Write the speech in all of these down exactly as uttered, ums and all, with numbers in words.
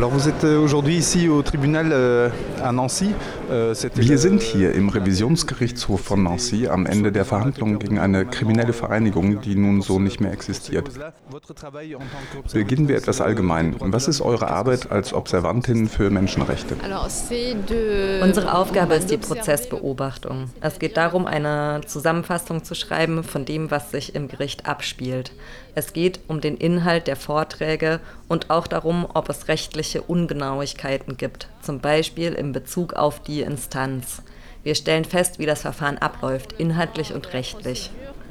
Wir sind hier im Revisionsgerichtshof von Nancy am Ende der Verhandlungen gegen eine kriminelle Vereinigung, die nun so nicht mehr existiert. Beginnen wir etwas allgemein. Was ist eure Arbeit als Observantin für Menschenrechte? Unsere Aufgabe ist die Prozessbeobachtung. Es geht darum, eine Zusammenfassung zu schreiben von dem, was sich im Gericht abspielt. Es geht um den Inhalt der Vorträge und auch darum, ob es rechtliche Ungenauigkeiten gibt, zum Beispiel in Bezug auf die Instanz. Wir stellen fest, wie das Verfahren abläuft, inhaltlich und rechtlich.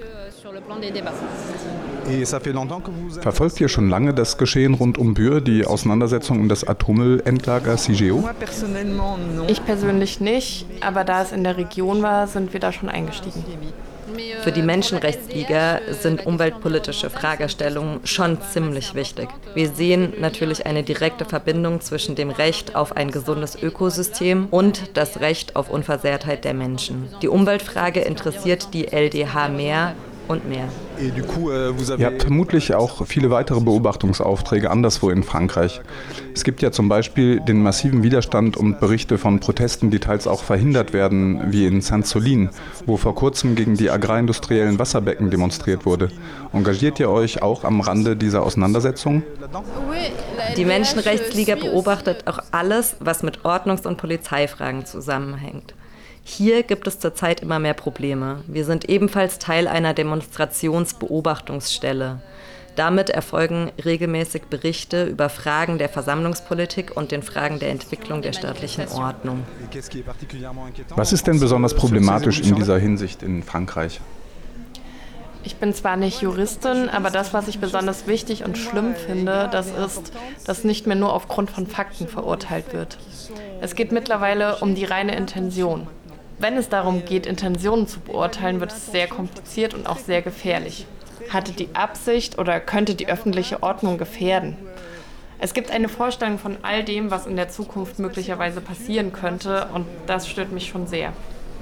Verfolgt ihr schon lange das Geschehen rund um Bure, die Auseinandersetzung um das Atommüllendlager Cigéo? Ich persönlich nicht, aber da es in der Region war, sind wir da schon eingestiegen. Für die Menschenrechtsliga sind umweltpolitische Fragestellungen schon ziemlich wichtig. Wir sehen natürlich eine direkte Verbindung zwischen dem Recht auf ein gesundes Ökosystem und das Recht auf Unversehrtheit der Menschen. Die Umweltfrage interessiert die L D H mehr und mehr. Ihr habt vermutlich auch viele weitere Beobachtungsaufträge anderswo in Frankreich. Es gibt ja zum Beispiel den massiven Widerstand und Berichte von Protesten, die teils auch verhindert werden, wie in Sainte-Soline, wo vor kurzem gegen die agrarindustriellen Wasserbecken demonstriert wurde. Engagiert ihr euch auch am Rande dieser Auseinandersetzung? Die Menschenrechtsliga beobachtet auch alles, was mit Ordnungs- und Polizeifragen zusammenhängt. Hier gibt es zurzeit immer mehr Probleme. Wir sind ebenfalls Teil einer Demonstrationsbeobachtungsstelle. Damit erfolgen regelmäßig Berichte über Fragen der Versammlungspolitik und den Fragen der Entwicklung der staatlichen Ordnung. Was ist denn besonders problematisch in dieser Hinsicht in Frankreich? Ich bin zwar nicht Juristin, aber das, was ich besonders wichtig und schlimm finde, das ist, dass nicht mehr nur aufgrund von Fakten verurteilt wird. Es geht mittlerweile um die reine Intention. Wenn es darum geht, Intentionen zu beurteilen, wird es sehr kompliziert und auch sehr gefährlich. Hatte die Absicht oder könnte die öffentliche Ordnung gefährden? Es gibt eine Vorstellung von all dem, was in der Zukunft möglicherweise passieren könnte, und das stört mich schon sehr.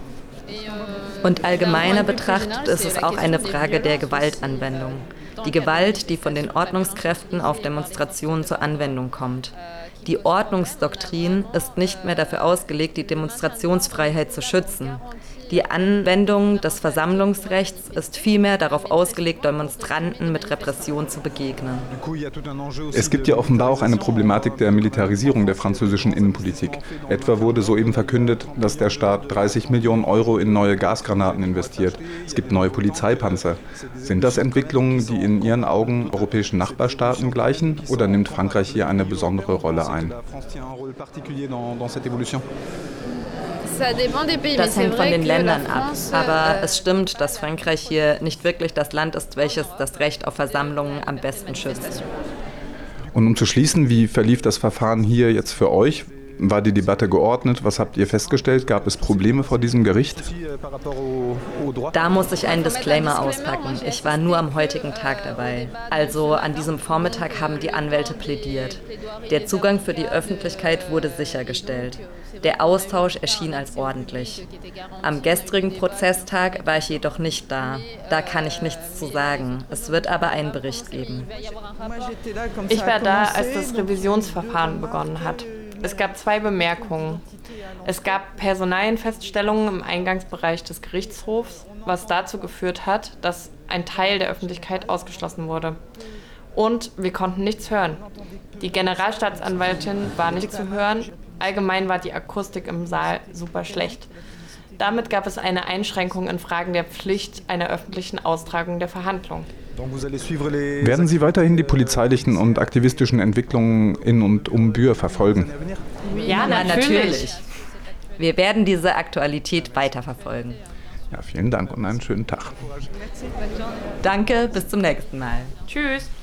Und allgemeiner betrachtet ist es auch eine Frage der Gewaltanwendung. Die Gewalt, die von den Ordnungskräften auf Demonstrationen zur Anwendung kommt. Die Ordnungsdoktrin ist nicht mehr dafür ausgelegt, die Demonstrationsfreiheit zu schützen. Die Anwendung des Versammlungsrechts ist vielmehr darauf ausgelegt, Demonstranten mit Repression zu begegnen. Es gibt ja offenbar auch eine Problematik der Militarisierung der französischen Innenpolitik. Etwa wurde soeben verkündet, dass der Staat dreißig Millionen Euro in neue Gasgranaten investiert. Es gibt neue Polizeipanzer. Sind das Entwicklungen, die in Ihren Augen europäischen Nachbarstaaten gleichen, oder nimmt Frankreich hier eine besondere Rolle ein? Das hängt von den Ländern ab. Aber es stimmt, dass Frankreich hier nicht wirklich das Land ist, welches das Recht auf Versammlungen am besten schützt. Und um zu schließen, wie verlief das Verfahren hier jetzt für euch? War die Debatte geordnet? Was habt ihr festgestellt? Gab es Probleme vor diesem Gericht? Da muss ich einen Disclaimer auspacken. Ich war nur am heutigen Tag dabei. Also an diesem Vormittag haben die Anwälte plädiert. Der Zugang für die Öffentlichkeit wurde sichergestellt. Der Austausch erschien als ordentlich. Am gestrigen Prozesstag war ich jedoch nicht da. Da kann ich nichts zu sagen. Es wird aber einen Bericht geben. Ich war da, als das Revisionsverfahren begonnen hat. Es gab zwei Bemerkungen. Es gab Personalienfeststellungen im Eingangsbereich des Gerichtshofs, was dazu geführt hat, dass ein Teil der Öffentlichkeit ausgeschlossen wurde. Und wir konnten nichts hören. Die Generalstaatsanwältin war nicht zu hören. Allgemein war die Akustik im Saal super schlecht. Damit gab es eine Einschränkung in Fragen der Pflicht einer öffentlichen Austragung der Verhandlung. Werden Sie weiterhin die polizeilichen und aktivistischen Entwicklungen in und um Bure verfolgen? Ja, natürlich. natürlich. Wir werden diese Aktualität weiterverfolgen. Ja, vielen Dank und einen schönen Tag. Danke, bis zum nächsten Mal. Tschüss.